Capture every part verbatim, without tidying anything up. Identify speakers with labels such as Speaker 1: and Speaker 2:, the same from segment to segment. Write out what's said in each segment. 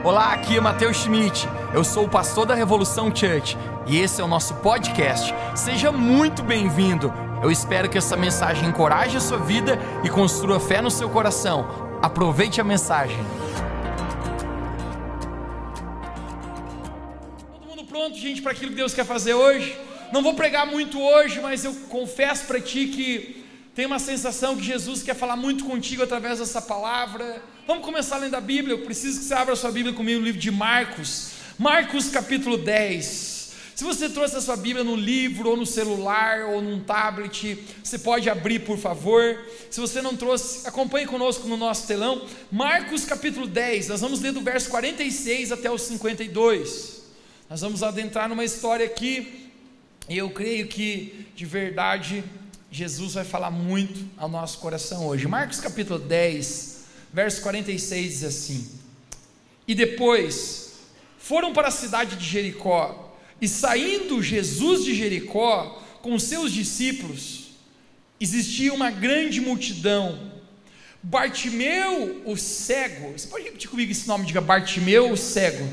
Speaker 1: Olá, aqui é Matheus Schmidt, eu sou o pastor da Revolução Church e esse é o nosso podcast. Seja muito bem-vindo, eu espero que essa mensagem encoraje a sua vida e construa fé no seu coração. Aproveite a mensagem.
Speaker 2: Todo mundo pronto, gente, para aquilo que Deus quer fazer hoje? Não vou pregar muito hoje, mas eu confesso para ti que tem uma sensação que Jesus quer falar muito contigo através dessa palavra. Vamos começar lendo a Bíblia. Eu preciso que você abra a sua Bíblia comigo no livro de Marcos, Marcos capítulo dez. Se você trouxe a sua Bíblia no livro, ou no celular, ou num tablet, você pode abrir, por favor. Se você não trouxe, acompanhe conosco no nosso telão. Marcos capítulo dez, nós vamos ler do verso quarenta e seis até o cinquenta e dois. Nós vamos adentrar numa história aqui, e eu creio que, de verdade, Jesus vai falar muito ao nosso coração hoje. Marcos capítulo dez, verso quarenta e seis diz assim: E depois foram para a cidade de Jericó, e saindo Jesus de Jericó com os seus discípulos, existia uma grande multidão. Bartimeu o cego, você pode repetir comigo esse nome? Diga: Bartimeu o cego,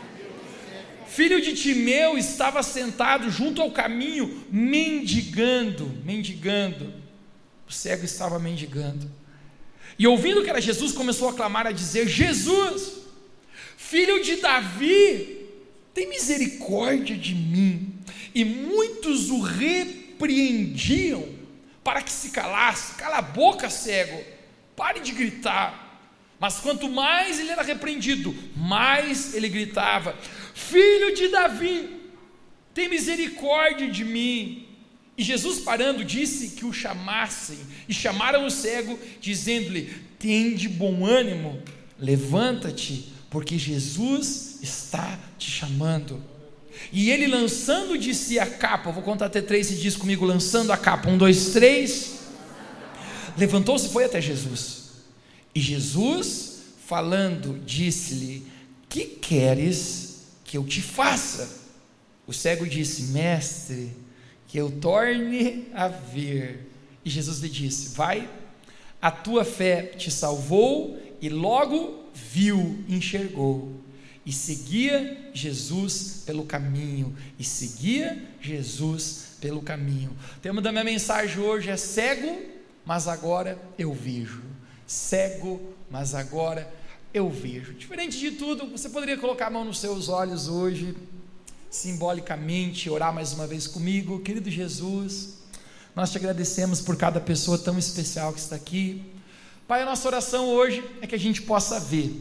Speaker 2: filho de Timeu, estava sentado junto ao caminho, mendigando, mendigando, o cego estava mendigando, e ouvindo que era Jesus, começou a clamar, a dizer: Jesus, filho de Davi, tem misericórdia de mim. E muitos o repreendiam para que se calasse. Cala a boca, cego, pare de gritar. Mas quanto mais ele era repreendido, mais ele gritava: Filho de Davi, tem misericórdia de mim. E Jesus, parando, disse que o chamassem, e chamaram o cego, dizendo-lhe: Tende bom ânimo, levanta-te, porque Jesus está te chamando. E ele, lançando de si a capa, eu vou contar até três, e diz comigo: lançando a capa, um, dois, três, levantou-se e foi até Jesus. E Jesus, falando, disse-lhe: Que queres que eu te faça? O cego disse: Mestre, que eu torne a ver. E Jesus lhe disse: Vai, a tua fé te salvou. E logo viu, enxergou, e seguia Jesus pelo caminho, e seguia Jesus pelo caminho. O tema da minha mensagem hoje é: cego, mas agora eu vejo. Cego, mas agora eu vejo. Diferente de tudo, você poderia colocar a mão nos seus olhos hoje, simbolicamente, orar mais uma vez comigo. Querido Jesus, nós te agradecemos por cada pessoa tão especial que está aqui. Pai, a nossa oração hoje é que a gente possa ver.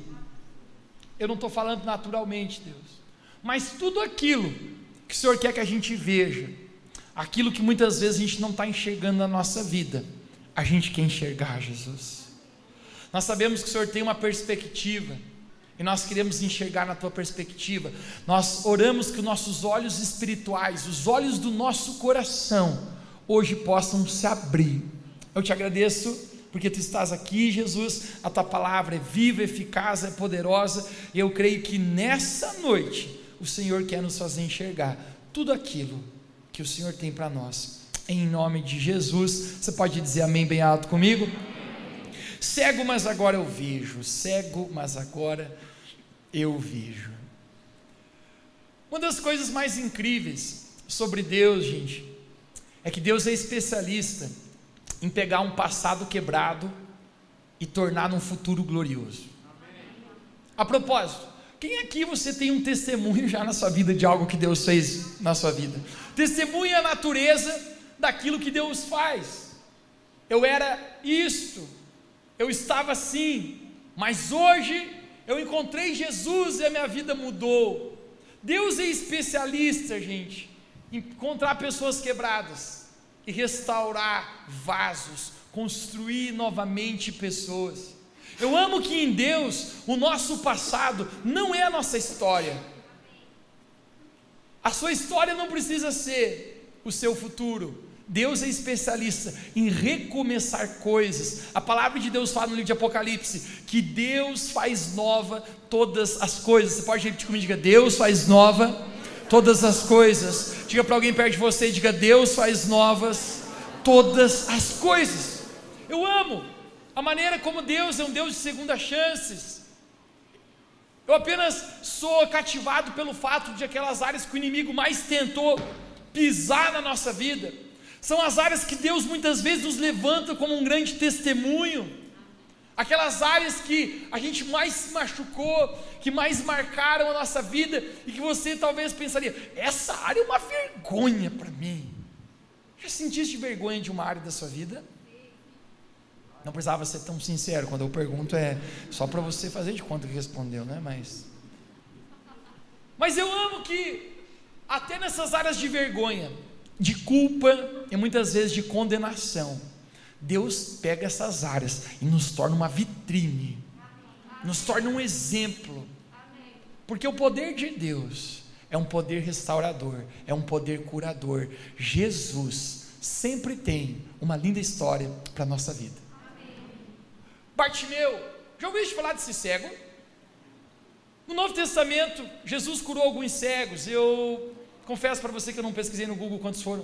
Speaker 2: Eu não estou falando naturalmente, Deus, mas tudo aquilo que o Senhor quer que a gente veja, aquilo que muitas vezes a gente não está enxergando na nossa vida, a gente quer enxergar, Jesus. Nós sabemos que o Senhor tem uma perspectiva, e nós queremos enxergar na tua perspectiva. Nós oramos que os nossos olhos espirituais, os olhos do nosso coração, hoje possam se abrir. Eu te agradeço porque tu estás aqui, Jesus. A tua palavra é viva, eficaz, é poderosa, e eu creio que nessa noite o Senhor quer nos fazer enxergar tudo aquilo que o Senhor tem para nós, em nome de Jesus. Você pode dizer amém bem alto comigo? Cego, mas agora eu vejo. Cego, mas agora eu vejo. Uma das coisas mais incríveis sobre Deus, gente, é que Deus é especialista em pegar um passado quebrado e tornar num futuro glorioso. A propósito, quem aqui você tem um testemunho já na sua vida de algo que Deus fez na sua vida? Testemunha a natureza daquilo que Deus faz. Eu era isto, eu estava assim, mas hoje eu encontrei Jesus e a minha vida mudou. Deus é especialista, gente, em encontrar pessoas quebradas e restaurar vasos, construir novamente pessoas. Eu amo que em Deus o nosso passado não é a nossa história. A sua história não precisa ser o seu futuro. Deus é especialista em recomeçar coisas. A palavra de Deus fala no livro de Apocalipse que Deus faz nova todas as coisas. Você pode repetir comigo? Diga: Deus faz nova todas as coisas. Diga para alguém perto de você, diga: Deus faz novas todas as coisas. Eu amo a maneira como Deus é um Deus de segunda chances. Eu apenas sou cativado pelo fato de aquelas áreas que o inimigo mais tentou pisar na nossa vida. São as áreas que Deus muitas vezes nos levanta como um grande testemunho. Aquelas áreas que a gente mais se machucou, que mais marcaram a nossa vida, e que você talvez pensaria, essa área é uma vergonha para mim. Já sentiste vergonha de uma área da sua vida? Não precisava ser tão sincero, quando eu pergunto é só para você fazer de conta que respondeu, né? Mas, mas eu amo que até nessas áreas de vergonha, de culpa e muitas vezes de condenação, Deus pega essas áreas e nos torna uma vitrine, nos torna um exemplo, porque o poder de Deus é um poder restaurador, é um poder curador. Jesus sempre tem uma linda história para a nossa vida. Bartimeu, já ouviste falar desse cego? No Novo Testamento, Jesus curou alguns cegos. Eu confesso para você que eu não pesquisei no Google quantos foram,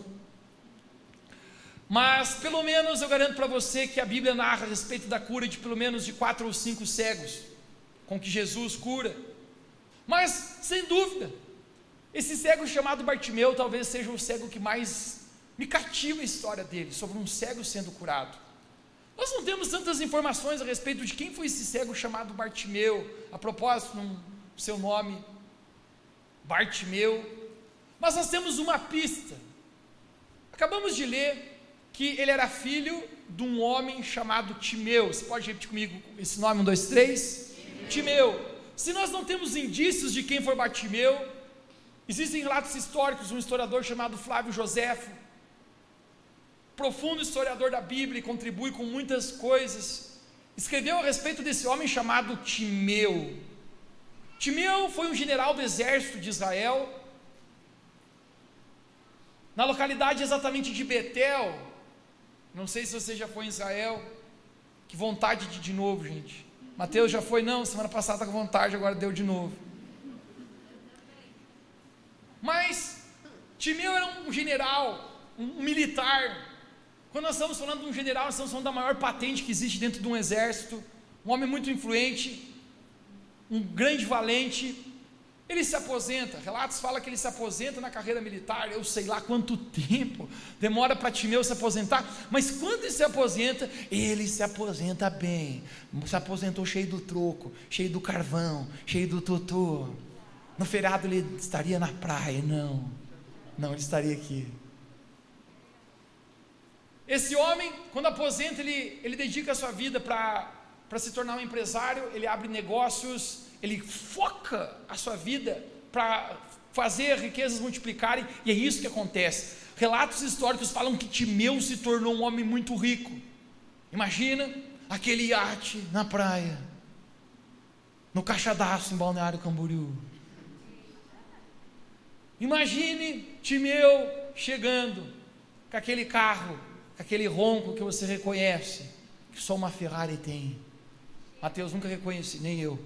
Speaker 2: mas pelo menos eu garanto para você que a Bíblia narra a respeito da cura de pelo menos de quatro ou cinco cegos, com que Jesus cura. Mas, sem dúvida, esse cego chamado Bartimeu talvez seja o cego que mais me cativa a história dele, sobre um cego sendo curado. Nós não temos tantas informações a respeito de quem foi esse cego chamado Bartimeu. A propósito, no seu nome, Bartimeu, mas nós temos uma pista. Acabamos de ler que ele era filho de um homem chamado Timeu. Você pode repetir comigo esse nome? Um, dois, três. Timeu. Se nós não temos indícios de quem foi Bartimeu, existem relatos históricos. Um historiador chamado Flávio Joséfo, profundo historiador da Bíblia, e contribui com muitas coisas, escreveu a respeito desse homem chamado Timeu. Timeu foi um general do exército de Israel, na localidade exatamente de Betel. Não sei se você já foi em Israel. Que vontade de ir de novo, gente. Mateus já foi? Não, semana passada estava com vontade, agora deu de novo. Mas Timeu era um general, um militar. Quando nós estamos falando de um general, nós estamos falando da maior patente que existe dentro de um exército. Um homem muito influente, um grande valente. Ele se aposenta. Relatos falam que ele se aposenta na carreira militar. Eu sei lá quanto tempo demora para Timeu se aposentar, mas quando ele se aposenta, ele se aposenta bem. Se aposentou cheio do troco, cheio do carvão, cheio do tutu. No feriado ele estaria na praia. Não, não, ele estaria aqui. Esse homem, quando aposenta, ele, ele dedica a sua vida para para se tornar um empresário. Ele abre negócios, ele foca a sua vida para fazer riquezas multiplicarem, e é isso que acontece. Relatos históricos falam que Timeu se tornou um homem muito rico. Imagina aquele iate na praia, no Caixadaço, em Balneário Camboriú. Imagine Timeu chegando com aquele carro, com aquele ronco que você reconhece, que só uma Ferrari tem. Mateus nunca reconheci, nem eu.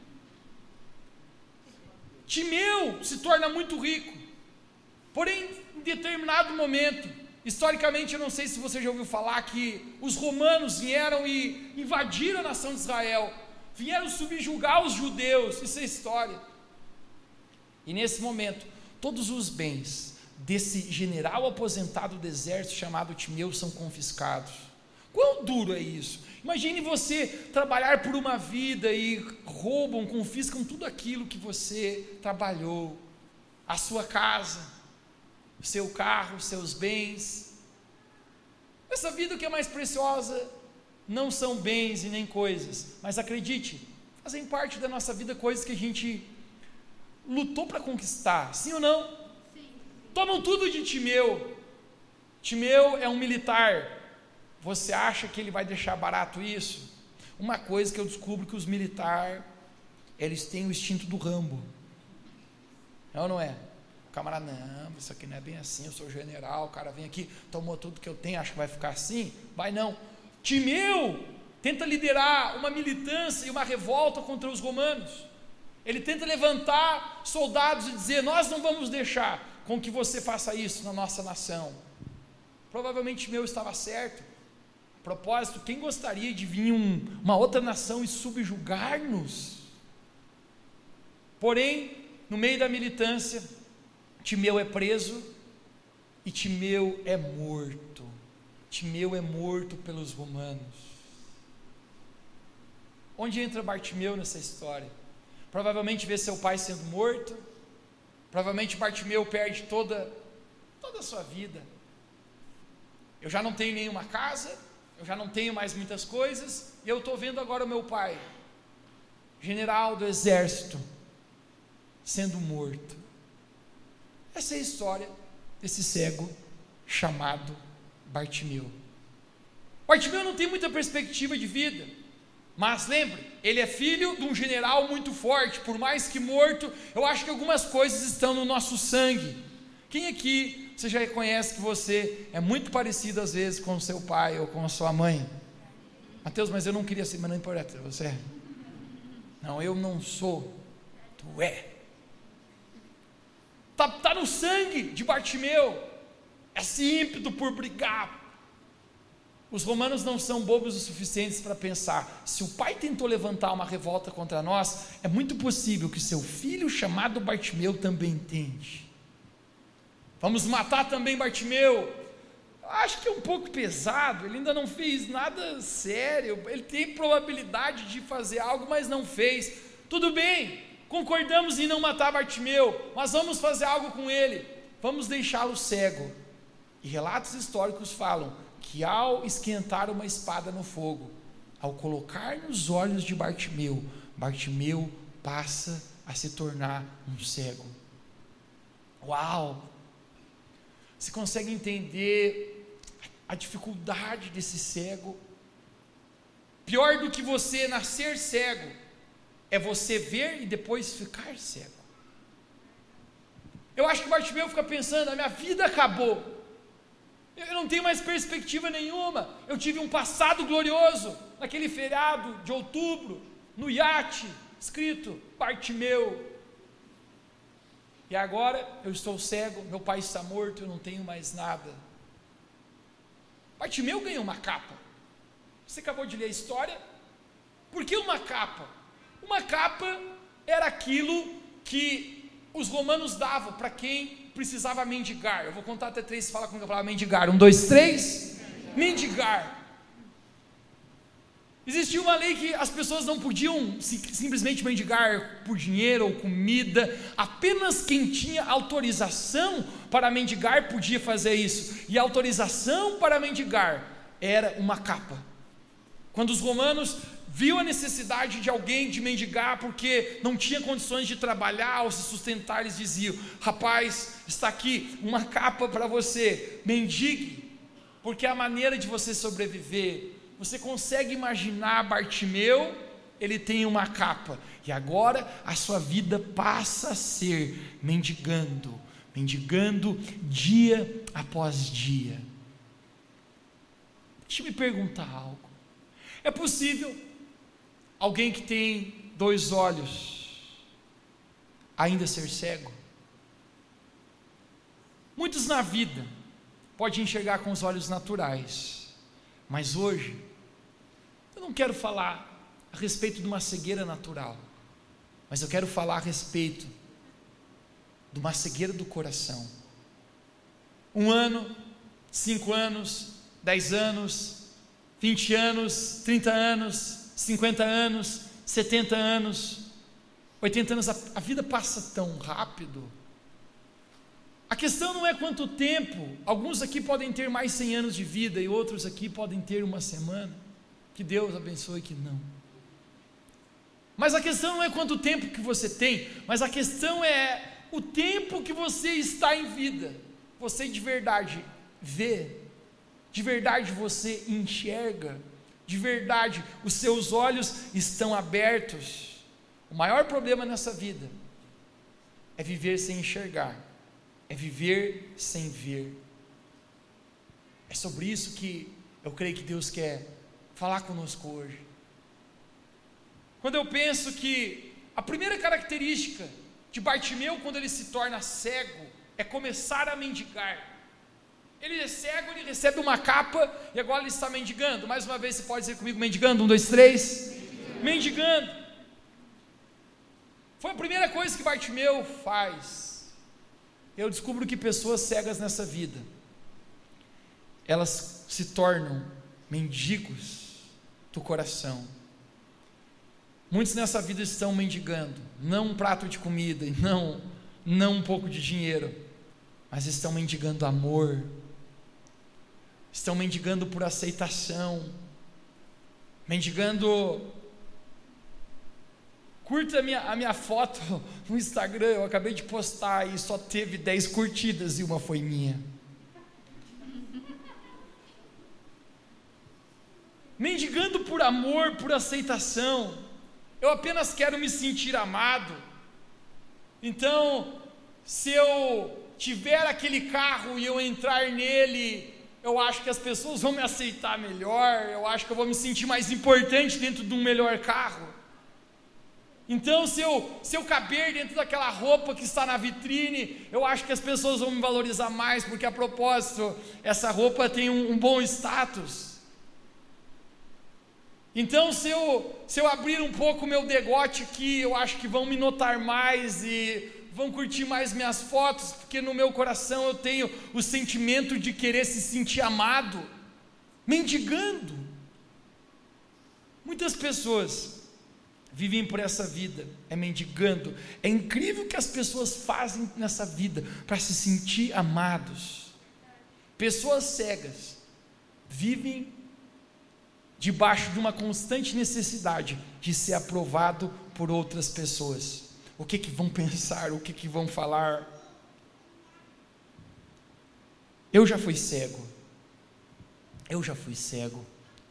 Speaker 2: Timeu se torna muito rico, porém em determinado momento, historicamente, eu não sei se você já ouviu falar que os romanos vieram e invadiram a nação de Israel, vieram subjugar os judeus. Isso é história. E nesse momento, todos os bens desse general aposentado do exército chamado Timeu são confiscados. Quão duro é isso? Imagine você trabalhar por uma vida e roubam, confiscam tudo aquilo que você trabalhou, a sua casa, o seu carro, os seus bens. Essa vida, o que é mais preciosa não são bens e nem coisas, mas acredite, fazem parte da nossa vida coisas que a gente lutou para conquistar, sim ou não? Sim. Tomam tudo de Timeu. Timeu é um militar. Você acha que ele vai deixar barato isso? Uma coisa que eu descubro, que os militares, eles têm o instinto do Rambo. É ou não é? O camarada, não, isso aqui não é bem assim, eu sou general, o cara vem aqui, tomou tudo que eu tenho, acha que vai ficar assim? Vai não. Timeu tenta liderar uma militância e uma revolta contra os romanos. Ele tenta levantar soldados e dizer, nós não vamos deixar com que você faça isso na nossa nação. Provavelmente Timeu estava certo. A propósito, quem gostaria de vir um, uma outra nação e subjugar-nos? Porém, no meio da militância, Timeu é preso e Timeu é morto. Timeu é morto pelos romanos. Onde entra Bartimeu nessa história? Provavelmente vê seu pai sendo morto. Provavelmente Bartimeu perde toda, toda a sua vida. Eu já não tenho nenhuma casa, eu já não tenho mais muitas coisas, e eu estou vendo agora o meu pai, general do exército, sendo morto. Essa é a história desse cego chamado Bartimeu. Bartimeu não tem muita perspectiva de vida, mas lembre, ele é filho de um general muito forte. Por mais que morto, eu acho que algumas coisas estão no nosso sangue. Quem aqui, você já reconhece que você é muito parecido às vezes com o seu pai ou com a sua mãe? Mateus, mas eu não queria ser, mas não importa, você é. Não, eu não sou, tu é. Está tá no sangue de Bartimeu, esse ímpeto por brigar. Os romanos não são bobos o suficientes para pensar, se o pai tentou levantar uma revolta contra nós, é muito possível que seu filho chamado Bartimeu também tente. Vamos matar também Bartimeu. Acho que é um pouco pesado, ele ainda não fez nada sério, ele tem probabilidade de fazer algo, mas não fez. Tudo bem, concordamos em não matar Bartimeu, mas vamos fazer algo com ele, vamos deixá-lo cego. E relatos históricos falam que ao esquentar uma espada no fogo, ao colocar nos olhos de Bartimeu, Bartimeu passa a se tornar um cego. Uau! Você consegue entender a dificuldade desse cego? Pior do que você nascer cego é você ver e depois ficar cego. Eu acho que Bartimeu fica pensando, a minha vida acabou, eu não tenho mais perspectiva nenhuma, eu tive um passado glorioso, naquele feriado de outubro, no iate, escrito Bartimeu, e agora eu estou cego, meu pai está morto, eu não tenho mais nada. Bartimeu ganhou uma capa. Você acabou de ler a história. Por que uma capa? Uma capa era aquilo que os romanos davam para quem precisava mendigar. Eu vou contar até três, fala como eu falava mendigar. Um, dois, três. Mendigar. Existia uma lei que as pessoas não podiam simplesmente mendigar por dinheiro ou comida, apenas quem tinha autorização para mendigar podia fazer isso, e a autorização para mendigar era uma capa. Quando os romanos viam a necessidade de alguém de mendigar, porque não tinha condições de trabalhar ou se sustentar, eles diziam, rapaz, está aqui uma capa para você, mendigue, porque é a maneira de você sobreviver. Você consegue imaginar Bartimeu? Ele tem uma capa, e agora a sua vida passa a ser mendigando, mendigando dia após dia. Deixa eu me perguntar algo. É possível alguém que tem dois olhos ainda ser cego? Muitos na vida podem enxergar com os olhos naturais, mas hoje eu não quero falar a respeito de uma cegueira natural, mas eu quero falar a respeito de uma cegueira do coração. Um ano, cinco anos, dez anos, vinte anos, trinta anos, cinquenta anos, setenta anos, oitenta anos, a, a vida passa tão rápido. A questão não é quanto tempo. Alguns aqui podem ter mais cem anos de vida e outros aqui podem ter uma semana. Que Deus abençoe que não. Mas a questão não é quanto tempo que você tem, mas a questão é o tempo que você está em vida. Você de verdade vê, de verdade você enxerga, de verdade os seus olhos estão abertos. O maior problema nessa vida é viver sem enxergar, é viver sem ver. É sobre isso que eu creio que Deus quer falar conosco hoje. Quando eu penso que a primeira característica de Bartimeu, quando ele se torna cego, é começar a mendigar. Ele é cego, ele recebe uma capa e agora ele está mendigando. Mais uma vez, você pode dizer comigo, mendigando? Um, dois, três. Mendigando. Foi a primeira coisa que Bartimeu faz. Eu descubro que pessoas cegas nessa vida, elas se tornam mendigos do coração. Muitos nessa vida estão mendigando, não um prato de comida, e não, não um pouco de dinheiro, mas estão mendigando amor, estão mendigando por aceitação, mendigando. Curta a minha, a minha foto no Instagram, eu acabei de postar e só teve dez curtidas e uma foi minha. Mendigando por amor, por aceitação. Eu apenas quero me sentir amado. Então, se eu tiver aquele carro e eu entrar nele, eu acho que as pessoas vão me aceitar melhor, eu acho que eu vou me sentir mais importante dentro de um melhor carro. Então, se eu, se eu caber dentro daquela roupa que está na vitrine, eu acho que as pessoas vão me valorizar mais, porque a propósito, essa roupa tem um, um bom status. Então, se eu, se eu abrir um pouco o meu degote aqui, eu acho que vão me notar mais e vão curtir mais minhas fotos, porque no meu coração eu tenho o sentimento de querer se sentir amado, mendigando. Muitas pessoas vivem por essa vida, é mendigando. É incrível o que as pessoas fazem nessa vida para se sentir amados. Pessoas cegas vivem debaixo de uma constante necessidade de ser aprovado por outras pessoas. O que que vão pensar, o que que vão falar? Eu já fui cego. Eu já fui cego.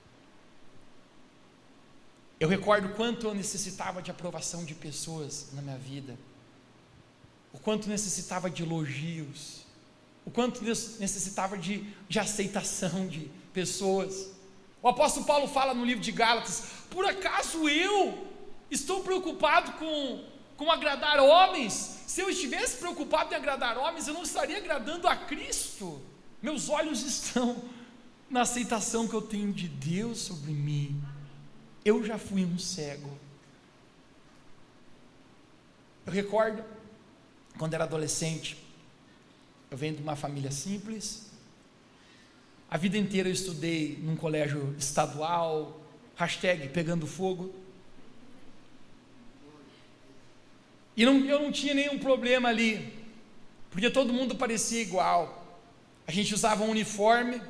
Speaker 2: Eu recordo quanto eu necessitava de aprovação de pessoas na minha vida, o quanto necessitava de elogios, o quanto necessitava de, de aceitação de pessoas. O apóstolo Paulo fala no livro de Gálatas: por acaso eu estou preocupado com, com agradar homens? Se eu estivesse preocupado em agradar homens, eu não estaria agradando a Cristo. Meus olhos estão na aceitação que eu tenho de Deus sobre mim. Eu já fui um cego. Eu recordo, quando era adolescente, eu venho de uma família simples. A vida inteira eu estudei num colégio estadual, hashtag pegando fogo. E não, eu não tinha nenhum problema ali, porque todo mundo parecia igual. A gente usava um uniforme.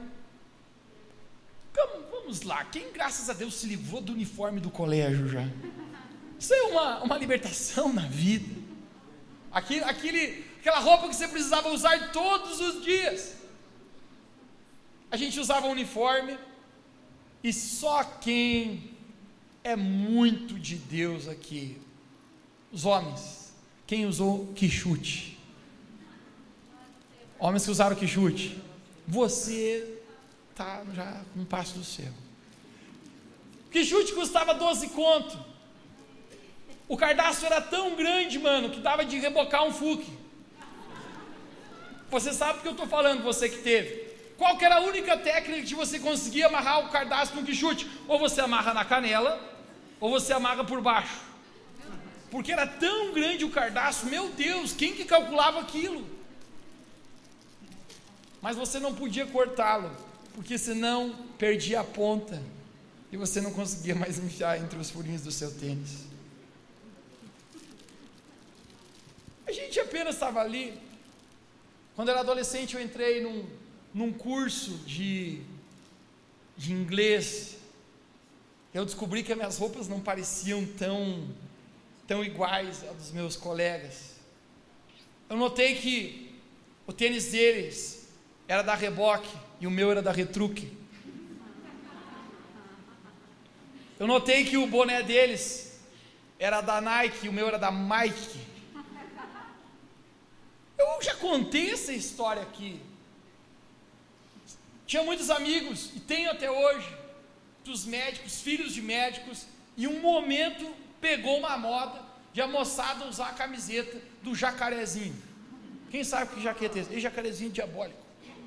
Speaker 2: Vamos lá, quem graças a Deus se livrou do uniforme do colégio já? Isso é uma, uma libertação na vida. Aquele, aquele, aquela roupa que você precisava usar todos os dias. A gente usava um uniforme, e só quem é muito de Deus aqui, os homens, quem usou quichute? Homens que usaram quichute, você está já com um passo do céu. Quichute custava doze conto. O cardápio era tão grande, mano, que dava de rebocar um Fuque. Você sabe o que eu estou falando, você que teve. Qual que era a única técnica que você conseguia amarrar o cardápio no quichute? Ou você amarra na canela, ou você amarra por baixo. Porque era tão grande o cardápio, meu Deus, quem que calculava aquilo? Mas você não podia cortá-lo, porque senão perdia a ponta, e você não conseguia mais enfiar entre os furinhos do seu tênis. A gente apenas estava ali. Quando eu era adolescente, eu entrei num, num curso de, de inglês. Eu descobri que as minhas roupas não pareciam tão, tão iguais às dos meus colegas. Eu notei que o tênis deles era da Reebok e o meu era da Retruque. Eu notei que o boné deles era da Nike e o meu era da Mike. Eu já contei essa história aqui. Tinha muitos amigos, e tenho até hoje, dos médicos, filhos de médicos, e um momento pegou uma moda de a moçada usar a camiseta do jacarezinho. Quem sabe que jaqueta é esse? É jacarezinho diabólico.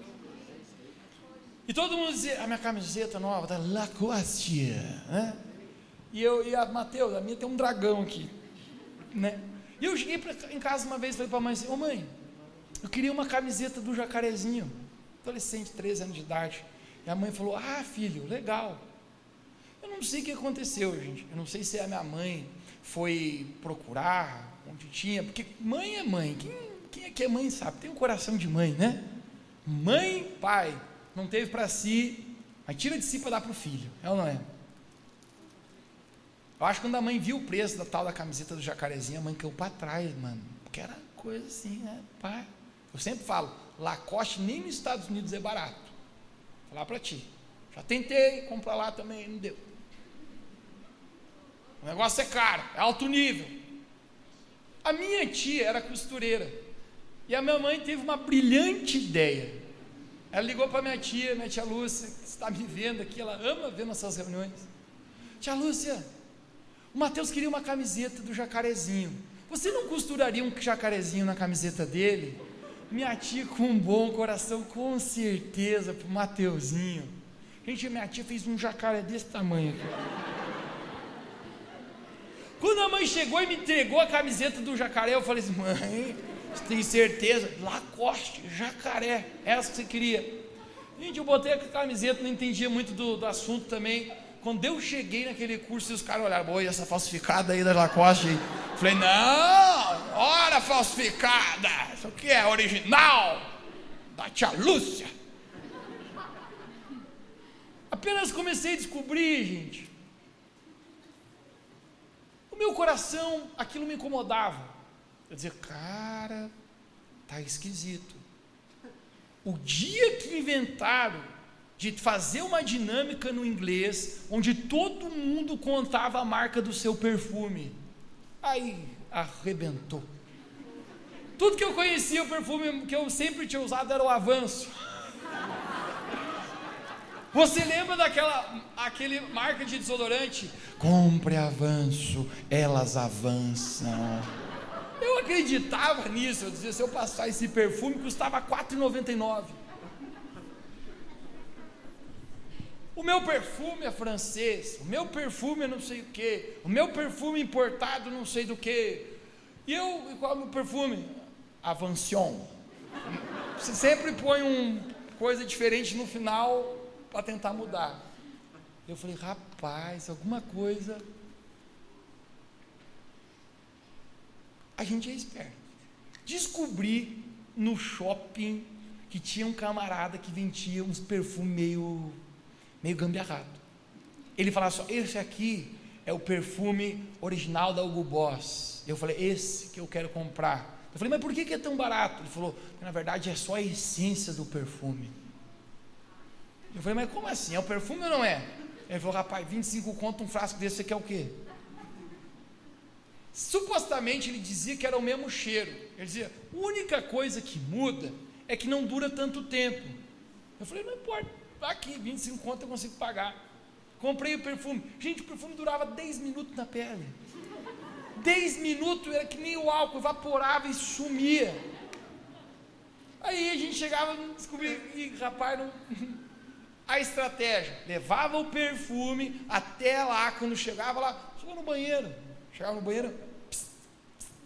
Speaker 2: E todo mundo dizia: a minha camiseta nova da Lacoste, né? E eu, e a Mateus, a minha tem um dragão aqui, né? E eu cheguei pra, em casa uma vez e falei para a mãe assim: ô mãe, eu queria uma camiseta do Jacarezinho, adolescente, treze anos de idade. E a mãe falou: ah, filho, legal. Eu não sei o que aconteceu, gente. Eu não sei se a minha mãe foi procurar onde tinha, porque mãe é mãe. Quem, quem é que é mãe sabe? Tem um coração de mãe, né? Mãe, pai, não teve para si, mas tira de si para dar para o filho, é ou não é? Eu acho que quando a mãe viu o preço da tal da camiseta do Jacarezinho, a mãe caiu para trás, mano, porque era coisa assim, né? Pai, eu sempre falo, Lacoste nem nos Estados Unidos é barato. Vou falar para ti, já tentei comprar lá também, não deu. O negócio é caro, é alto nível. A minha tia era costureira, e a minha mãe teve uma brilhante ideia. Ela ligou para minha tia, minha tia Lúcia, que está me vendo aqui, ela ama ver nossas reuniões. Tia Lúcia, o Mateus queria uma camiseta do Jacarezinho, você não costuraria um jacarezinho na camiseta dele? Minha tia, com um bom coração, com certeza, para o Mateuzinho. Gente, minha tia fez um jacaré desse tamanho aqui. Quando a mãe chegou e me entregou a camiseta do jacaré, eu falei assim: mãe, você tem certeza? Lacoste, jacaré, essa que você queria. Gente, eu botei a camiseta, não entendia muito do, do assunto também. Quando eu cheguei naquele curso, os caras olharam: oi, essa falsificada aí da Lacoste. Eu falei: não, ora falsificada, isso aqui é original, da tia Lúcia. Apenas comecei a descobrir, gente, o meu coração, aquilo me incomodava. Eu dizia: cara, tá esquisito. O dia que inventaram de fazer uma dinâmica no inglês, onde todo mundo contava a marca do seu perfume, aí arrebentou. Tudo que eu conhecia, o perfume que eu sempre tinha usado era o Avanço. Você lembra daquela aquele marca de desodorante? Compre Avanço, elas avançam. Eu acreditava nisso. Eu dizia: se eu passar esse perfume, custava quatro reais e noventa e nove centavos. O meu perfume é francês, o meu perfume é não sei o que, o meu perfume importado não sei do que. E eu, qual é o meu perfume? Avancion. Você sempre põe uma coisa diferente no final para tentar mudar. Eu falei: rapaz, alguma coisa. A gente é esperto. Descobri no shopping que tinha um camarada que vendia uns perfumes meio, meio gambiarrado. Ele falava só: esse aqui é o perfume original da Hugo Boss. Eu falei: esse que eu quero comprar. Eu falei: mas por que que é tão barato? Ele falou: porque na verdade é só a essência do perfume. Eu falei: mas como assim? É o perfume ou não é? Ele falou: rapaz, vinte e cinco conto um frasco desse, você quer o quê? Supostamente ele dizia que era o mesmo cheiro. Ele dizia: a única coisa que muda é que não dura tanto tempo. Eu falei: não importa, tá aqui, vinte e cinco conto eu consigo pagar. Comprei o perfume. Gente, o perfume durava dez minutos na pele. dez minutos, era que nem o álcool, evaporava e sumia. Aí a gente chegava e descobria, e rapaz, não... a estratégia, levava o perfume até lá, quando chegava lá, chegava no banheiro, chegava no banheiro, pss, pss, pss,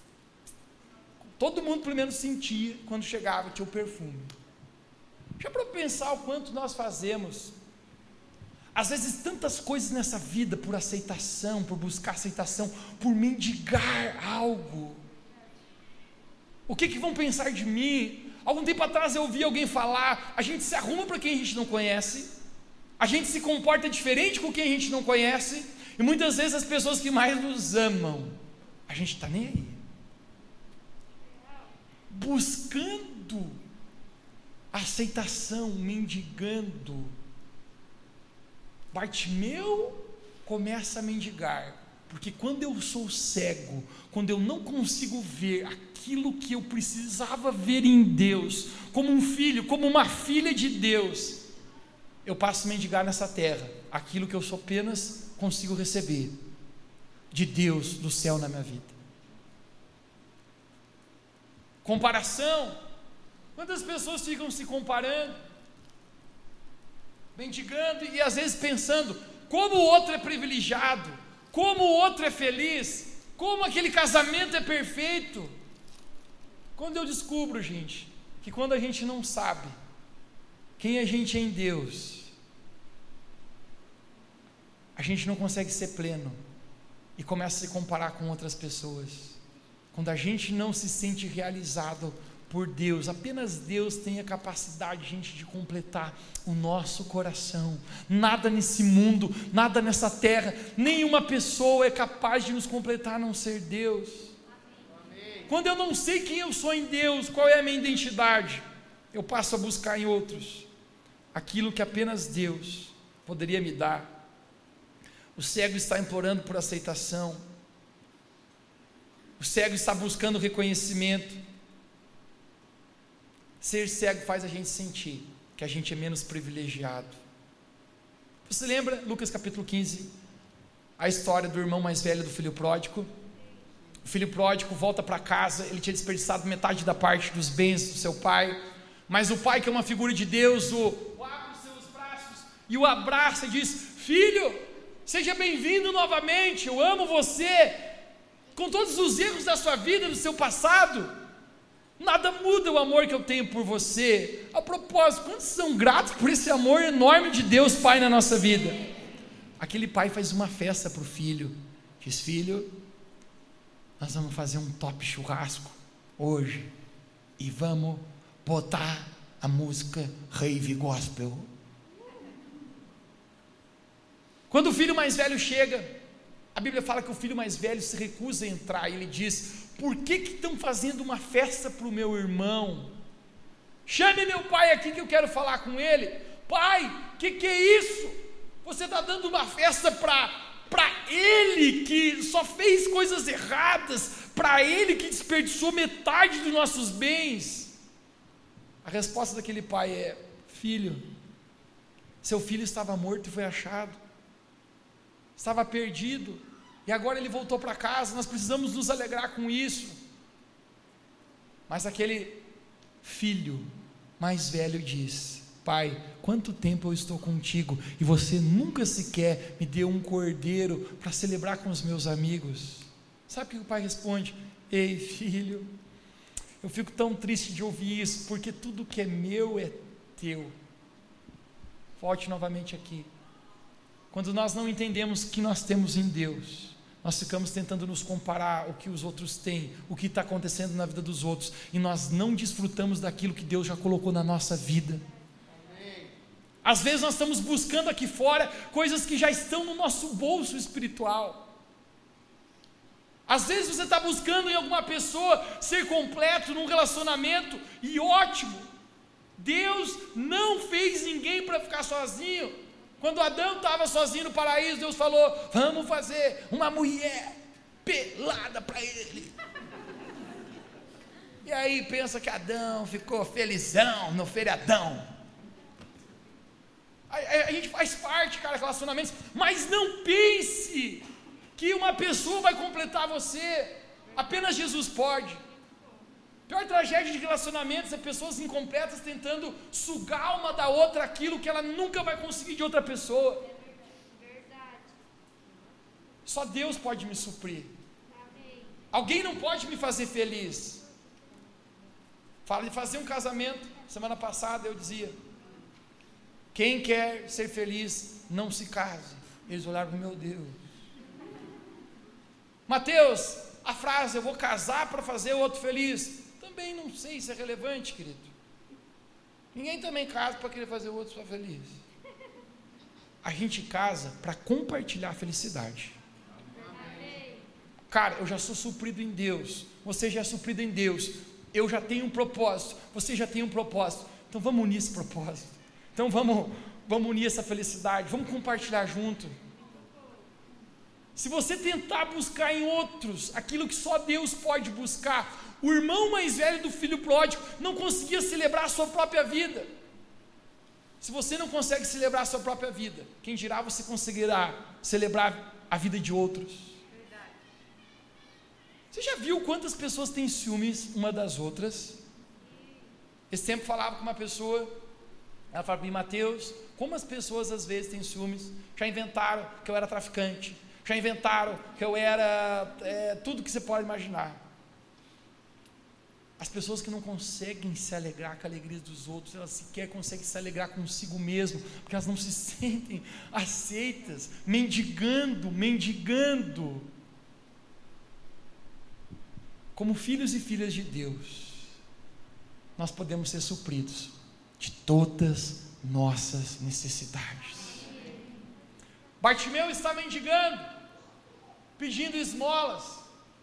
Speaker 2: todo mundo pelo menos sentia, quando chegava, tinha o perfume. Já para pensar o quanto nós fazemos, às vezes tantas coisas nessa vida, por aceitação, por buscar aceitação, por mendigar algo. O que que vão pensar de mim? Algum tempo atrás eu ouvi alguém falar: a gente se arruma para quem a gente não conhece, a gente se comporta diferente com quem a gente não conhece, e muitas vezes as pessoas que mais nos amam, a gente está nem aí, buscando aceitação, mendigando. Bartimeu começa a mendigar, porque quando eu sou cego, quando eu não consigo ver aquilo que eu precisava ver em Deus, como um filho, como uma filha de Deus, eu passo a mendigar nessa terra, aquilo que eu só apenas consigo receber de Deus, do céu na minha vida. Comparação, quantas pessoas ficam se comparando, mendigando e às vezes pensando como o outro é privilegiado, como o outro é feliz. como aquele casamento é perfeito. Quando eu descubro, gente, que quando a gente não sabe quem a gente é em Deus, a gente não consegue ser pleno e começa a se comparar com outras pessoas. Quando a gente não se sente realizado por Deus, apenas Deus tem a capacidade, gente, de completar o nosso coração. Nada nesse mundo, nada nessa terra, nenhuma pessoa é capaz de nos completar a não ser Deus. Amém. Quando eu não sei quem eu sou em Deus, qual é a minha identidade, eu passo a buscar em outros aquilo que apenas Deus poderia me dar. O cego está implorando por aceitação, o cego está buscando reconhecimento. Ser cego faz a gente sentir que a gente é menos privilegiado. Você lembra, Lucas capítulo quinze, a história do irmão mais velho do filho pródigo? O filho pródigo volta para casa, ele tinha desperdiçado metade da parte dos bens do seu pai, mas o pai, que é uma figura de Deus, o, o abre os seus braços e o abraça e diz: filho, seja bem-vindo novamente, eu amo você, com todos os erros da sua vida, do seu passado, nada muda o amor que eu tenho por você. A propósito, quantos são gratos por esse amor enorme de Deus Pai na nossa vida? Aquele pai faz uma festa para o filho, diz: filho, nós vamos fazer um top churrasco hoje, e vamos botar a música rave gospel. Quando o filho mais velho chega, a Bíblia fala que o filho mais velho se recusa a entrar, e ele diz: por que que estão fazendo uma festa para o meu irmão? Chame meu pai aqui que eu quero falar com ele. Pai, o que que é isso? Você está dando uma festa para para ele que só fez coisas erradas, para ele que desperdiçou metade dos nossos bens. A resposta daquele pai é: filho, seu filho estava morto e foi achado, estava perdido, e agora ele voltou para casa, nós precisamos nos alegrar com isso. Mas aquele filho mais velho diz: pai, quanto tempo eu estou contigo, e você nunca sequer me deu um cordeiro para celebrar com os meus amigos. Sabe o que o pai responde? Ei filho, eu fico tão triste de ouvir isso, porque tudo que é meu é teu. Volte novamente aqui. Quando nós não entendemos o que nós temos em Deus, nós ficamos tentando nos comparar o que os outros têm, o que está acontecendo na vida dos outros, e nós não desfrutamos daquilo que Deus já colocou na nossa vida. Amém. Às vezes nós estamos buscando aqui fora coisas que já estão no nosso bolso espiritual. Às vezes você está buscando em alguma pessoa ser completo num relacionamento, e ótimo, Deus não fez ninguém para ficar sozinho. Quando Adão estava sozinho no paraíso, Deus falou: vamos fazer uma mulher pelada para ele. E aí pensa que Adão ficou felizão no feriadão. A, a, a gente faz parte, cara, de relacionamentos, mas não pense que uma pessoa vai completar você. Apenas Jesus pode. A pior tragédia de relacionamentos é pessoas incompletas tentando sugar uma da outra aquilo que ela nunca vai conseguir de outra pessoa. Só Deus pode me suprir. Alguém não pode me fazer feliz. Fala de fazer um casamento. Semana passada eu dizia: quem quer ser feliz, não se case. Eles olharam: meu Deus. Mateus, a frase eu vou casar para fazer o outro feliz, também não sei se é relevante, querido. Ninguém também casa para querer fazer o outro só feliz. A gente casa para compartilhar a felicidade. Cara, eu já sou suprido em Deus, você já é suprido em Deus, eu já tenho um propósito, você já tem um propósito, então vamos unir esse propósito, então vamos, vamos unir essa felicidade, vamos compartilhar junto. Se você tentar buscar em outros aquilo que só Deus pode buscar, o irmão mais velho do filho pródigo não conseguia celebrar a sua própria vida. Se você não consegue celebrar a sua própria vida, quem dirá você conseguirá celebrar a vida de outros? Verdade. Você já viu quantas pessoas têm ciúmes uma das outras? Esse tempo falava com uma pessoa, ela falava para mim: Mateus, como as pessoas às vezes têm ciúmes, já inventaram que eu era traficante, já inventaram que eu era é, tudo que você pode imaginar. As pessoas que não conseguem se alegrar com a alegria dos outros, elas sequer conseguem se alegrar consigo mesmo, porque elas não se sentem aceitas, mendigando, mendigando. Como filhos e filhas de Deus, nós podemos ser supridos de todas nossas necessidades. Bartimeu está mendigando, pedindo esmolas.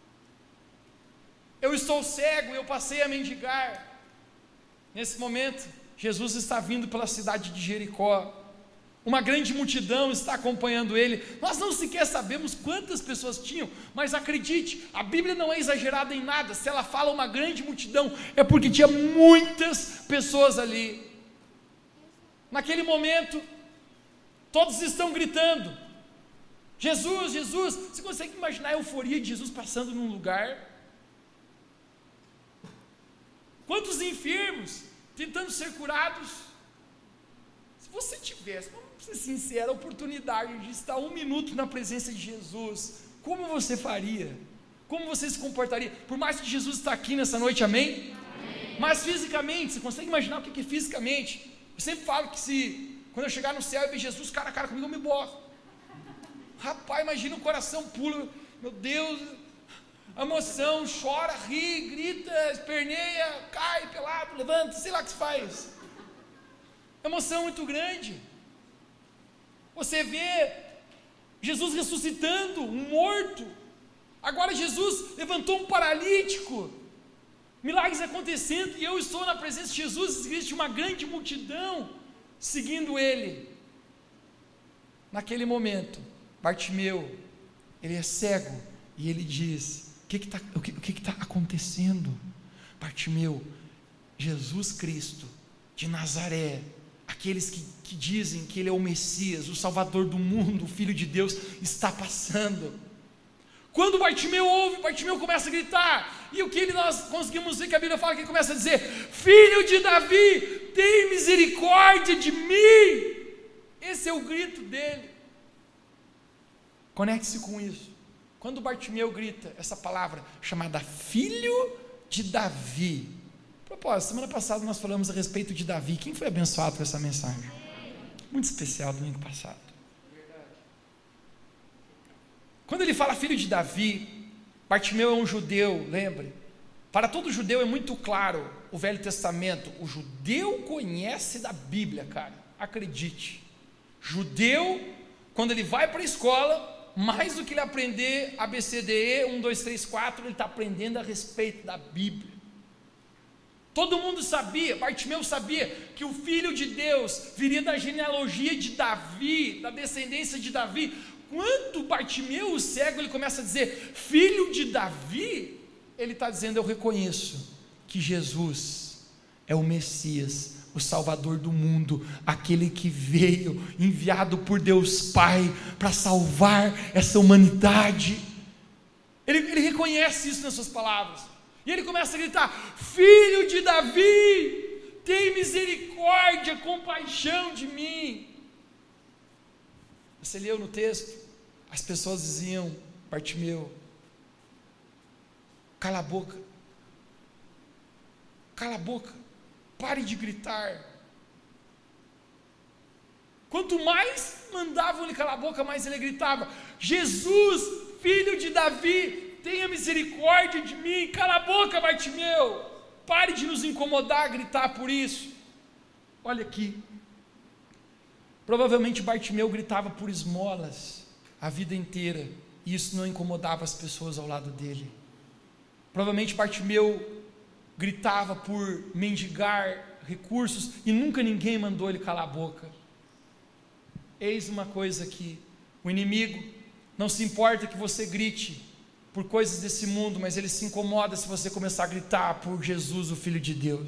Speaker 2: Eu estou cego, eu passei a mendigar. Nesse momento, Jesus está vindo pela cidade de Jericó. Uma grande multidão está acompanhando ele. Nós não sequer sabemos quantas pessoas tinham, mas acredite, a Bíblia não é exagerada em nada. Se ela fala uma grande multidão, é porque tinha muitas pessoas ali. Naquele momento, todos estão gritando: Jesus, Jesus. Você consegue imaginar a euforia de Jesus passando num lugar? Quantos enfermos tentando ser curados? Se você tivesse, vamos ser sinceros, a oportunidade de estar um minuto na presença de Jesus, como você faria? Como você se comportaria? Por mais que Jesus está aqui nessa noite, amém? Amém. Mas fisicamente, você consegue imaginar o que é fisicamente? Eu sempre falo que se, quando eu chegar no céu e ver Jesus cara a cara comigo, eu me borro. Rapaz, imagina o coração pula, meu Deus, a emoção, chora, ri, grita, esperneia, cai pelado, levanta, sei lá o que se faz. Emoção muito grande. Você vê Jesus ressuscitando um morto. Agora Jesus levantou um paralítico. Milagres acontecendo e eu estou na presença de Jesus. Existe uma grande multidão seguindo ele. Naquele momento, Bartimeu, ele é cego e ele diz: o que está o que, o que que tá acontecendo? Bartimeu, Jesus Cristo de Nazaré, aqueles que, que dizem que ele é o Messias, o Salvador do mundo, o Filho de Deus, está passando. Quando Bartimeu ouve, Bartimeu começa a gritar, e o que ele, nós conseguimos ver que a Bíblia fala, que ele começa a dizer: Filho de Davi, tem misericórdia de mim. Esse é o grito dele. Conecte-se com isso. Quando Bartimeu grita essa palavra chamada Filho de Davi. Propósito, semana passada nós falamos a respeito de Davi. Quem foi abençoado com essa mensagem? Muito especial, domingo passado. Quando ele fala filho de Davi, Bartimeu é um judeu, lembre. Para todo judeu é muito claro o Velho Testamento. O judeu conhece da Bíblia, cara. Acredite. Judeu, quando ele vai para a escola, mais do que ele aprender A B C D E, um, dois, três, quatro, ele está aprendendo a respeito da Bíblia. Todo mundo sabia, Bartimeu sabia, que o Filho de Deus viria da genealogia de Davi, da descendência de Davi. Quando Bartimeu, o cego, ele começa a dizer, filho de Davi, ele está dizendo, eu reconheço que Jesus é o Messias, o Salvador do mundo, aquele que veio, enviado por Deus Pai, para salvar essa humanidade. Ele, ele reconhece isso nas suas palavras, e ele começa a gritar, filho de Davi, tem misericórdia, compaixão de mim. Você leu no texto, as pessoas diziam, Bartimeu, cala a boca, cala a boca, pare de gritar. Quanto mais mandavam ele calar a boca, mais ele gritava, Jesus, filho de Davi, tenha misericórdia de mim, cala a boca, Bartimeu, pare de nos incomodar, gritar por isso. Olha aqui, provavelmente Bartimeu gritava por esmolas a vida inteira, e isso não incomodava as pessoas ao lado dele. Provavelmente Bartimeu gritava por mendigar recursos, e nunca ninguém mandou ele calar a boca. Eis uma coisa aqui, o inimigo não se importa que você grite por coisas desse mundo, mas ele se incomoda se você começar a gritar por Jesus, o Filho de Deus.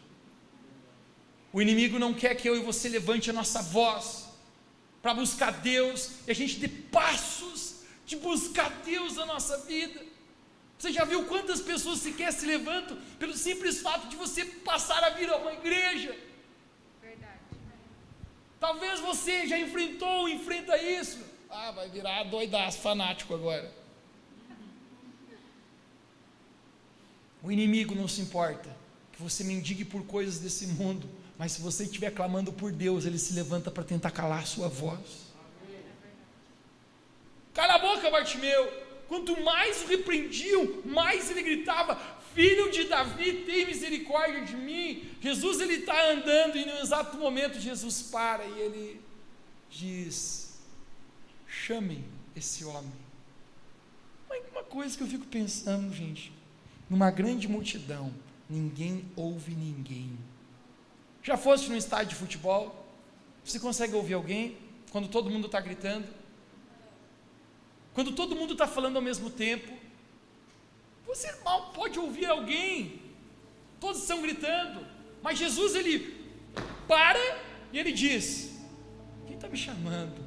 Speaker 2: O inimigo não quer que eu e você levante a nossa voz para buscar Deus, e a gente dê passos de buscar Deus na nossa vida. Você já viu quantas pessoas sequer se levantam pelo simples fato de você passar a vir a uma igreja? Verdade. Talvez você já enfrentou ou enfrenta isso. Ah, vai virar doidaço, fanático agora. O inimigo não se importa que você mendigue por coisas desse mundo, mas se você estiver clamando por Deus, ele se levanta para tentar calar a sua voz. Cala a boca, Bartimeu. Quanto mais o repreendiam, mais ele gritava: filho de Davi, tem misericórdia de mim. Jesus, ele está andando e no exato momento Jesus para e ele diz: chamem esse homem. Mas uma coisa que eu fico pensando, gente, numa grande multidão, ninguém ouve ninguém. Já foste num estádio de futebol? Você consegue ouvir alguém quando todo mundo está gritando? Quando todo mundo está falando ao mesmo tempo? Você mal pode ouvir alguém. Todos estão gritando. Mas Jesus, ele para e ele diz: quem está me chamando?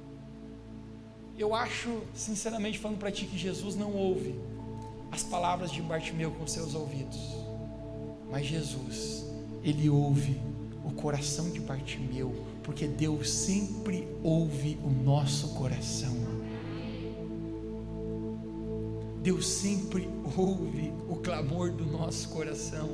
Speaker 2: Eu acho, sinceramente falando para ti, que Jesus não ouve as palavras de Bartimeu com seus ouvidos, mas Jesus, ele ouve o coração de Bartimeu, porque Deus sempre ouve o nosso coração. Deus sempre ouve o clamor do nosso coração.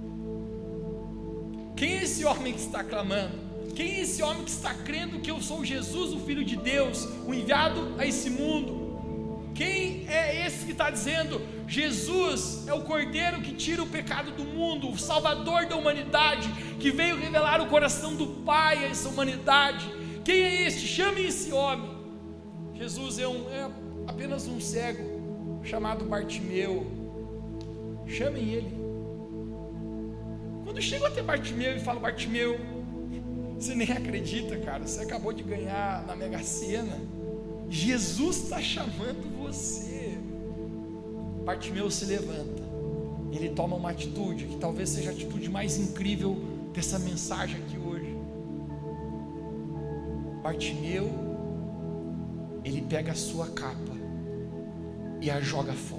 Speaker 2: Quem é esse homem que está clamando? Quem é esse homem que está crendo que eu sou Jesus, o Filho de Deus, o enviado a esse mundo? Quem é esse que está dizendo: Jesus é o Cordeiro que tira o pecado do mundo, o Salvador da humanidade, que veio revelar o coração do Pai a essa humanidade? Quem é este? Chame esse homem. Jesus é, um, é apenas um cego chamado Bartimeu. Chamem ele. Quando chego até Bartimeu e falo: Bartimeu, você nem acredita, cara, você acabou de ganhar na Mega Sena, Jesus está chamando você. Bartimeu se levanta, ele toma uma atitude que talvez seja a atitude mais incrível dessa mensagem aqui hoje. Bartimeu, ele pega a sua capa e a joga fora.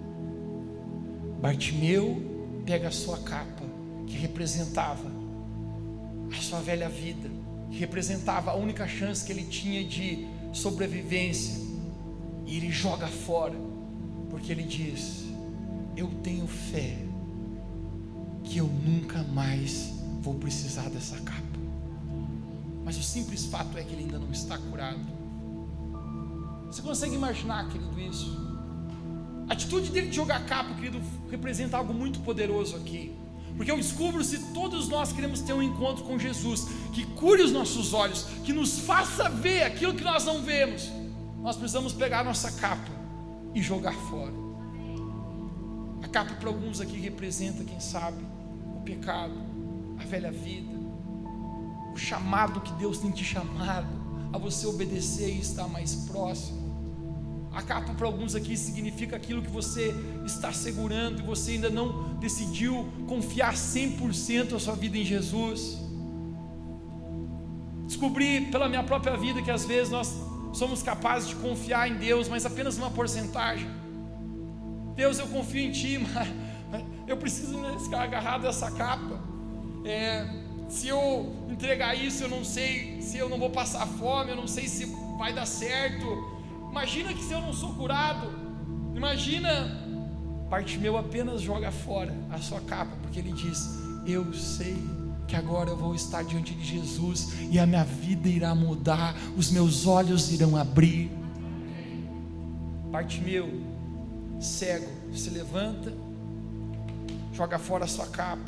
Speaker 2: Bartimeu pega a sua capa, que representava a sua velha vida, que representava a única chance que ele tinha de sobrevivência, e ele joga fora, porque ele diz: eu tenho fé que eu nunca mais vou precisar dessa capa. Mas o simples fato é que ele ainda não está curado. Você consegue imaginar, querido, isso? A atitude dele de jogar a capa, querido, representa algo muito poderoso aqui. Porque eu descubro, se todos nós queremos ter um encontro com Jesus, que cure os nossos olhos, que nos faça ver aquilo que nós não vemos, nós precisamos pegar a nossa capa e jogar fora. A capa para alguns aqui representa, quem sabe, o pecado, a velha vida, o chamado que Deus tem te chamado a você obedecer e estar mais próximo. A capa para alguns aqui significa aquilo que você está segurando e você ainda não decidiu confiar cem por cento a sua vida em Jesus. Descobri pela minha própria vida que às vezes nós somos capazes de confiar em Deus, mas apenas uma porcentagem. Deus, eu confio em Ti, mas eu preciso ficar agarrado a essa capa. É, se eu entregar isso, eu não sei se eu não vou passar fome, eu não sei se vai dar certo. Imagina que se eu não sou curado, imagina. Bartimeu apenas joga fora a sua capa, porque ele diz: eu sei que agora eu vou estar diante de Jesus e a minha vida irá mudar, os meus olhos irão abrir. Bartimeu, cego, se levanta, joga fora a sua capa.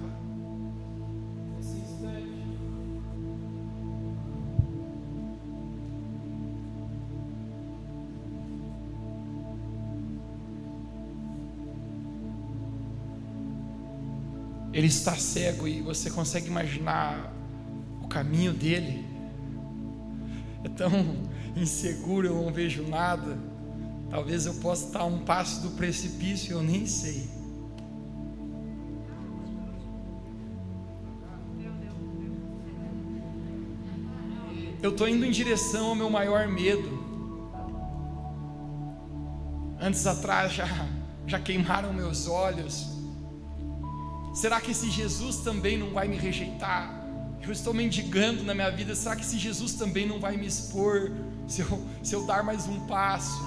Speaker 2: Ele está cego e você consegue imaginar o caminho dele. É tão inseguro, eu não vejo nada. Talvez eu possa estar a um passo do precipício, eu nem sei. Eu estou indo em direção ao meu maior medo. Antes atrás já, já queimaram meus olhos. Será que esse Jesus também não vai me rejeitar? eu estou mendigando na minha vida, será que se Jesus também não vai me expor, se eu, se eu dar mais um passo?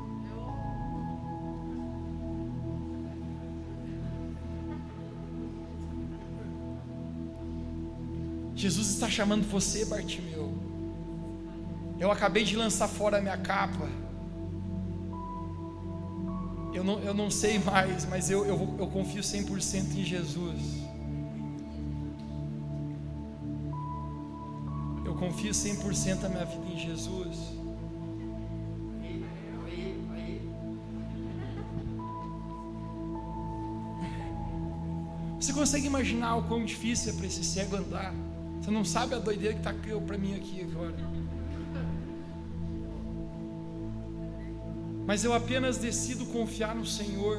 Speaker 2: Jesus está chamando você, Bartimeu. Eu acabei de lançar fora a minha capa. Eu não, eu não sei mais, mas eu, eu, eu confio cem por cento em Jesus. Eu confio cem por cento a minha vida em Jesus. Você consegue imaginar o quão difícil é para esse cego andar? Você não sabe a doideira que está para mim aqui agora. Mas eu apenas decido confiar no Senhor.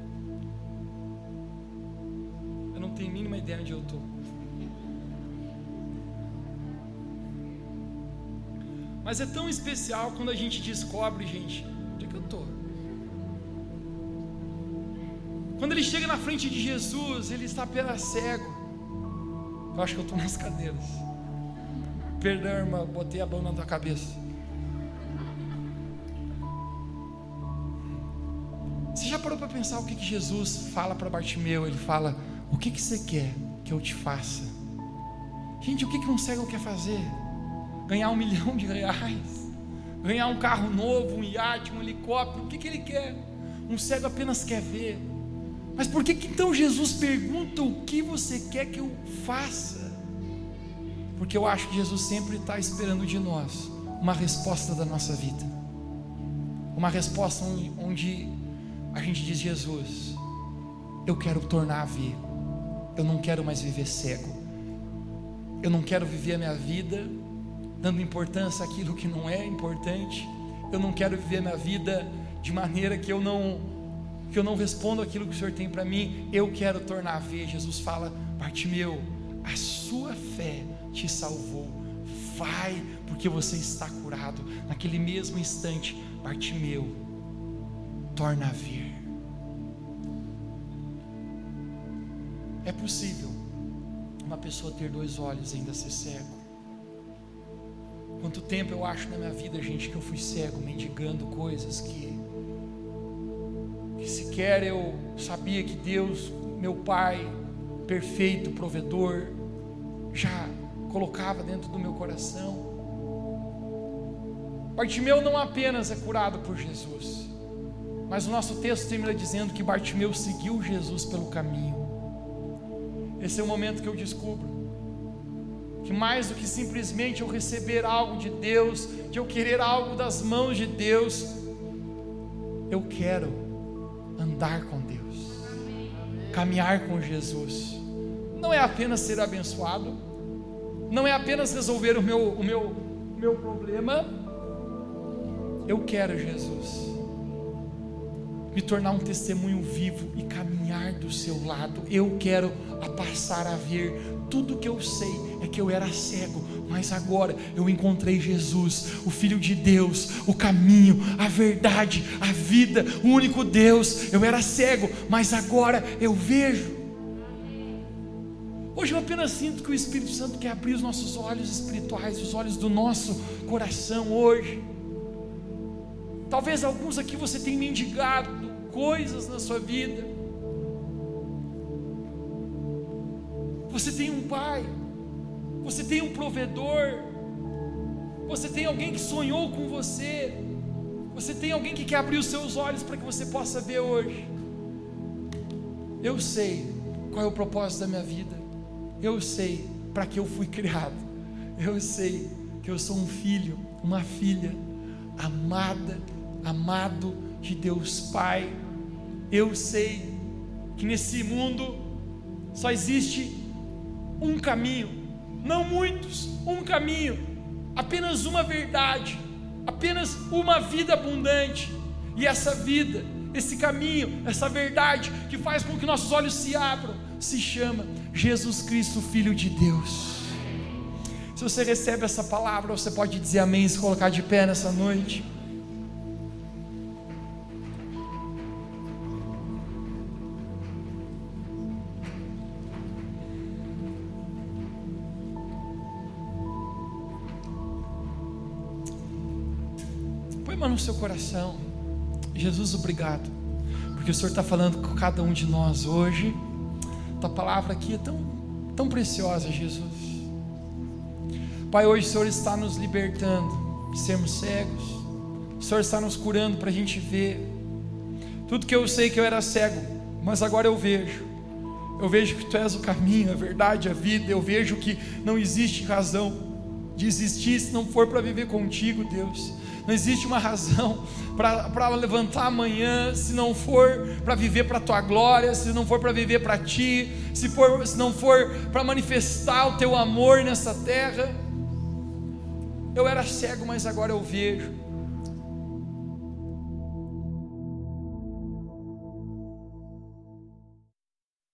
Speaker 2: Eu não tenho a mínima ideia onde eu estou. Mas é tão especial quando a gente descobre, gente, onde é que eu estou. Quando ele chega na frente de Jesus, ele está apenas cego. Eu acho que eu estou nas cadeiras. Perdão, irmã, botei a mão na tua cabeça. Você já parou para pensar o que, que Jesus fala para Bartimeu? Ele fala: o que, que você quer que eu te faça? Gente, o que, que um cego quer fazer? Ganhar um milhão de reais? Ganhar um carro novo, um iate, um helicóptero? O que, que ele quer? Um cego apenas quer ver. Mas por que, que então Jesus pergunta o que você quer que eu faça? Porque eu acho que Jesus sempre está esperando de nós uma resposta da nossa vida. Uma resposta onde, onde a gente diz: Jesus, eu quero tornar a ver. Eu não quero mais viver cego. Eu não quero viver a minha vida dando importância àquilo que não é importante. Eu não quero viver a minha vida de maneira que eu não que eu não respondo aquilo que o Senhor tem para mim. Eu quero tornar a ver. Jesus fala: Bartimeu, a sua fé te salvou. Vai, porque você está curado. Naquele mesmo instante, Bartimeu torna a ver. É possível uma pessoa ter dois olhos e ainda ser cego? Quanto tempo eu acho na minha vida, gente, que eu fui cego, mendigando coisas que, que sequer eu sabia que Deus, meu Pai perfeito, provedor, já colocava dentro do meu coração. Bartimeu não apenas é curado por Jesus, mas o nosso texto termina dizendo que Bartimeu seguiu Jesus pelo caminho. Esse é o momento que eu descubro que mais do que simplesmente eu receber algo de Deus, de eu querer algo das mãos de Deus, eu quero andar com Deus, caminhar com Jesus. Não é apenas ser abençoado, não é apenas resolver o meu, o meu, o meu problema. Eu quero, Jesus, me tornar um testemunho vivo e caminhar do seu lado. Eu quero passar a ver. Tudo que eu sei é que eu era cego, mas agora eu encontrei Jesus, o Filho de Deus, o caminho, a verdade, a vida, o único Deus. Eu era cego, mas agora eu vejo. Hoje eu apenas sinto que o Espírito Santo quer abrir os nossos olhos espirituais, os olhos do nosso coração hoje. Talvez alguns aqui você tenha mendigado coisas na sua vida. Você tem um pai, você tem um provedor, você tem alguém que sonhou com você, você tem alguém que quer abrir os seus olhos para que você possa ver hoje. Eu sei qual é o propósito da minha vida, eu sei para que eu fui criado, eu sei que eu sou um filho, uma filha amada, amado de Deus Pai. Eu sei que nesse mundo só existe um caminho, não muitos, um caminho, apenas uma verdade, apenas uma vida abundante. E essa vida, esse caminho, essa verdade que faz com que nossos olhos se abram, se chama Jesus Cristo, Filho de Deus. Se você recebe essa palavra, você pode dizer amém, se colocar de pé nessa noite. põe mão no seu coração. Jesus, obrigado, porque o Senhor está falando com cada um de nós hoje. Tua palavra aqui é tão, tão preciosa, Jesus. Pai, hoje o Senhor está nos libertando de sermos cegos. O Senhor está nos curando para a gente ver. Tudo que eu sei que eu era cego, mas agora eu vejo. Eu vejo que Tu és o caminho, a verdade, a vida. Eu vejo que não existe razão de existir se não for para viver contigo, Deus. Não existe uma razão para levantar amanhã se não for para viver para a Tua glória, se não for para viver para Ti, se, for, se não for para manifestar o Teu amor nessa terra. Eu era cego, mas agora eu vejo.